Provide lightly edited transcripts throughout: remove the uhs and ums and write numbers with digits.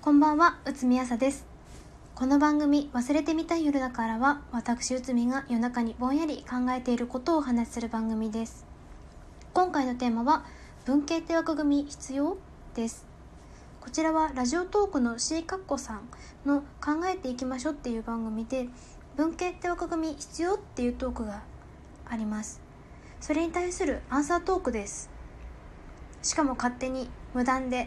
こんばんは、内海朝です。この番組忘れてみたい夜だからは、私内海が夜中にぼんやり考えていることをお話しする番組です。今回のテーマは文系って枠組み必要です。こちらはラジオトークの C カッコさんの考えていきましょうっていう番組で、文系って枠組み必要っていうトークがあります。それに対するアンサートークです。しかも勝手に無断で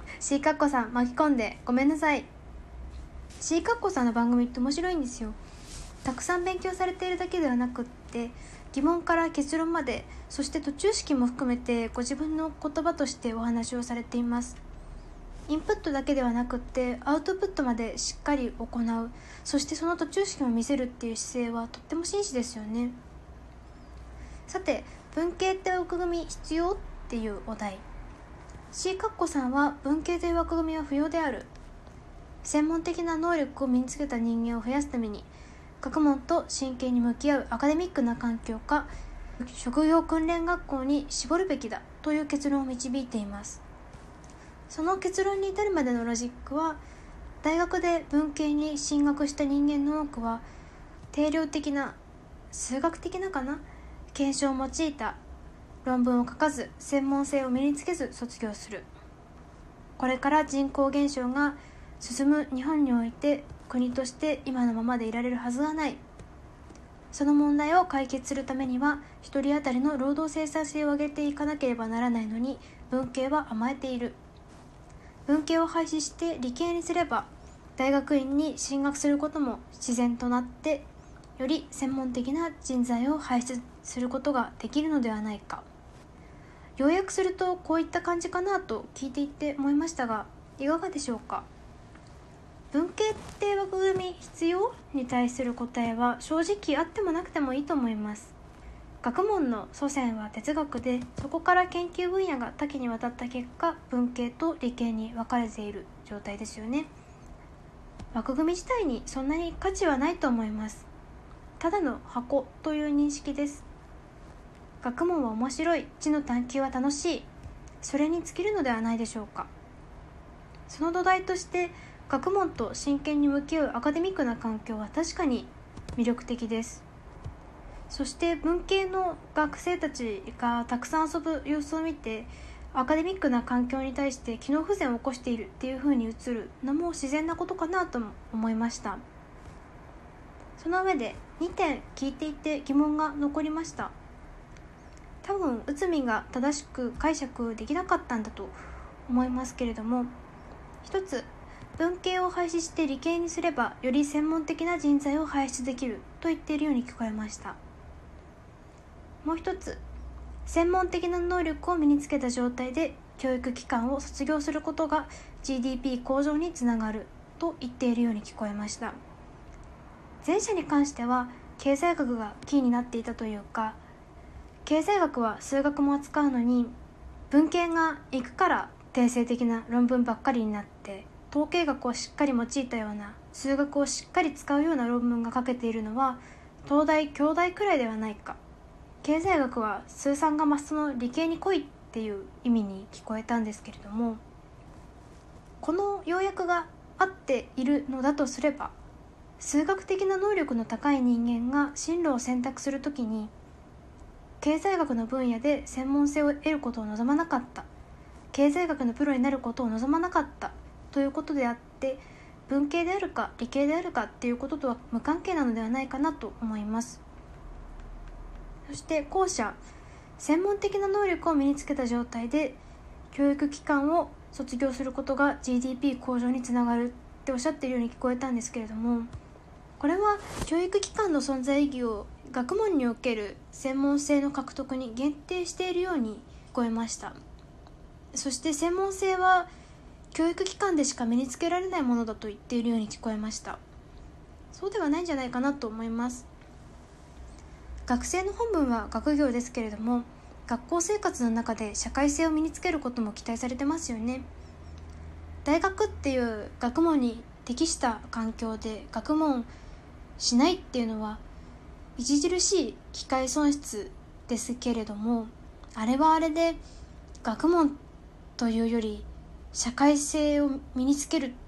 C カッコさん巻き込んでごめんなさい。C カッコさんの番組って面白いんですよ。たくさん勉強されているだけではなくって、疑問から結論まで、そして途中式も含めてご自分の言葉としてお話をされています。インプットだけではなくってアウトプットまでしっかり行う、そしてその途中式も見せるっていう姿勢はとっても真摯ですよね。さて、文系って枠組み必要っていうお題。C カッコさんは文系という枠組みは不要である。専門的な能力を身につけた人間を増やすために、学問と真剣に向き合うアカデミックな環境か、職業訓練学校に絞るべきだという結論を導いています。その結論に至るまでのロジックは、大学で文系に進学した人間の多くは、定量的な、数学的な検証を用いた論文を書かず、専門性を身につけず卒業する。これから人口減少が進む日本において、国として今のままでいられるはずがない。その問題を解決するためには、一人当たりの労働生産性を上げていかなければならないのに、文系は甘えている。文系を廃止して理系にすれば、大学院に進学することも自然となって、より専門的な人材を輩出することができるのではないか。要約するとこういった感じかなと聞いていて思いましたが、いかがでしょうか。文系って枠組み必要に対する答えは正直あってもなくてもいいと思います。学問の祖先は哲学で、そこから研究分野が多岐にわたった結果、文系と理系に分かれている状態ですよね。枠組み自体にそんなに価値はないと思います。ただの箱という認識です。学問は面白い、知の探求は楽しい、それに尽きるのではないでしょうか。その土台として学問と真剣に向き合うアカデミックな環境は確かに魅力的です。そして文系の学生たちがたくさん遊ぶ様子を見て、アカデミックな環境に対して機能不全を起こしているっていう風に映るのも自然なことかなとも思いました。その上で2点聞いていて疑問が残りました。多分内海が正しく解釈できなかったんだと思いますけれども、一つ、文系を廃止して理系にすればより専門的な人材を輩出できると言っているように聞こえました。もう一つ、専門的な能力を身につけた状態で教育機関を卒業することが GDP 向上につながると言っているように聞こえました。前者に関しては経済学がキーになっていたというか、経済学は数学も扱うのに、文系が行くから定性的な論文ばっかりになって、統計学をしっかり用いたような、数学をしっかり使うような論文が書けているのは東大京大くらいではないか。経済学は数三がマストの理系に来いっていう意味に聞こえたんですけれども、この要約が合っているのだとすれば、数学的な能力の高い人間が進路を選択するときに、経済学の分野で専門性を得ることを望まなかった、経済学のプロになることを望まなかったということであって、文系であるか理系であるかっていうこととは無関係なのではないかなと思います。そして後者、専門的な能力を身につけた状態で教育機関を卒業することが GDP 向上につながるっておっしゃっているように聞こえたんですけれども、これは教育機関の存在意義を学問における専門性の獲得に限定しているように聞こえました。そして専門性は教育機関でしか身につけられないものだと言っているように聞こえました。そうではないんじゃないかなと思います。学生の本分は学業ですけれども、学校生活の中で社会性を身につけることも期待されてますよね。大学っていう学問に適した環境で学問しないっていうのは著しい機会損失ですけれども、あれはあれで学問というより社会性を身につけるっ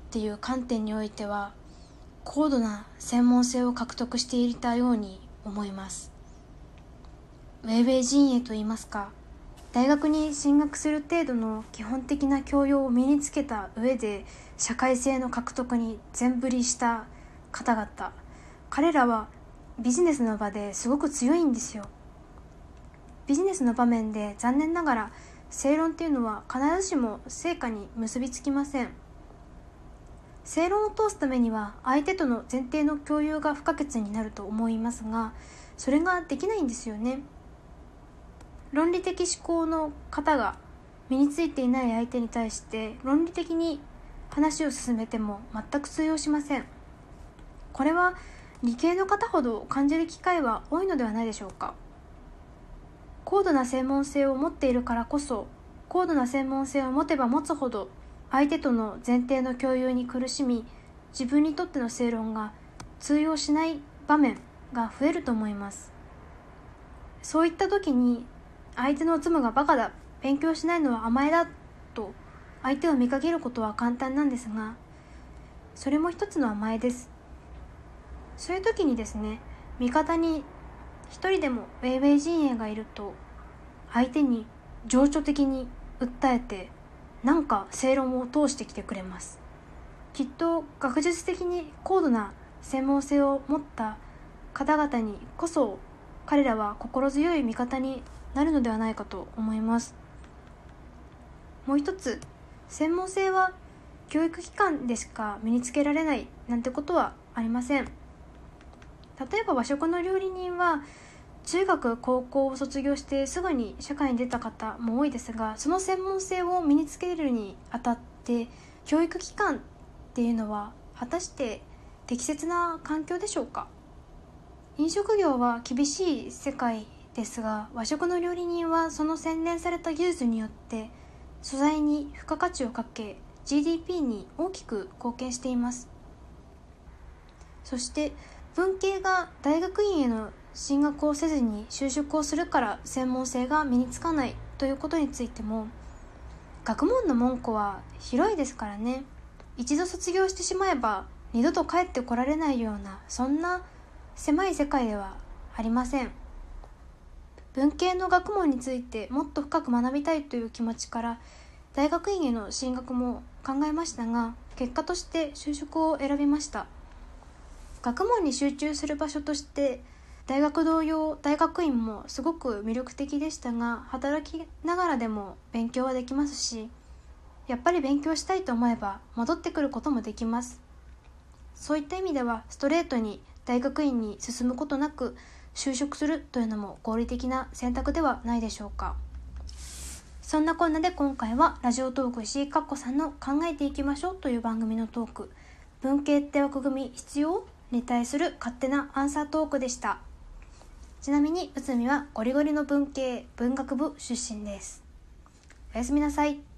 っていう観点においては高度な専門性を獲得していたように思います。ウェイウェイ陣営といいますか、大学に進学する程度の基本的な教養を身につけた上で社会性の獲得に全振りした方々、彼らはビジネスの場ですごく強いんですよ。ビジネスの場面で残念ながら正論っていうのは必ずしも成果に結びつきません。正論を通すためには相手との前提の共有が不可欠になると思いますが、それができないんですよね。論理的思考の方が身についていない相手に対して論理的に話を進めても全く通用しません。これは理系の方ほど感じる機会は多いのではないでしょうか。高度な専門性を持っているからこそ、高度な専門性を持てば持つほど相手との前提の共有に苦しみ、自分にとっての正論が通用しない場面が増えると思います。そういった時に相手の妻がバカだ、勉強しないのは甘えだと相手を見かけることは簡単なんですが、それも一つの甘えです。そういう時にですね、味方に一人でもウェイウェイ陣営がいると相手に情緒的に訴えてなんか正論を通してきてくれます。きっと学術的に高度な専門性を持った方々にこそ彼らは心強い味方になるのではないかと思います。もう一つ、専門性は教育機関でしか身につけられないなんてことはありません。例えば和食の料理人は中学高校を卒業してすぐに社会に出た方も多いですが、その専門性を身につけるにあたって教育機関っていうのは果たして適切な環境でしょうか。飲食業は厳しい世界ですが、和食の料理人はその洗練された技術によって素材に付加価値をかけ GDP に大きく貢献しています。そして文系が大学院への進学をせずに就職をするから専門性が身につかないということについても、学問の門戸は広いですからね。一度卒業してしまえば二度と帰ってこられないような、そんな狭い世界ではありません。文系の学問についてもっと深く学びたいという気持ちから大学院への進学も考えましたが、結果として就職を選びました。学問に集中する場所として大学同様大学院もすごく魅力的でしたが、働きながらでも勉強はできますし、やっぱり勉強したいと思えば戻ってくることもできます。そういった意味ではストレートに大学院に進むことなく就職するというのも合理的な選択ではないでしょうか。そんなこんなで今回はラジオトーク石井かっこさんの考えていきましょうという番組のトーク、文系って枠組み必要に対する勝手なアンサートークでした。ちなみに内海はゴリゴリの文系文学部出身です。おやすみなさい。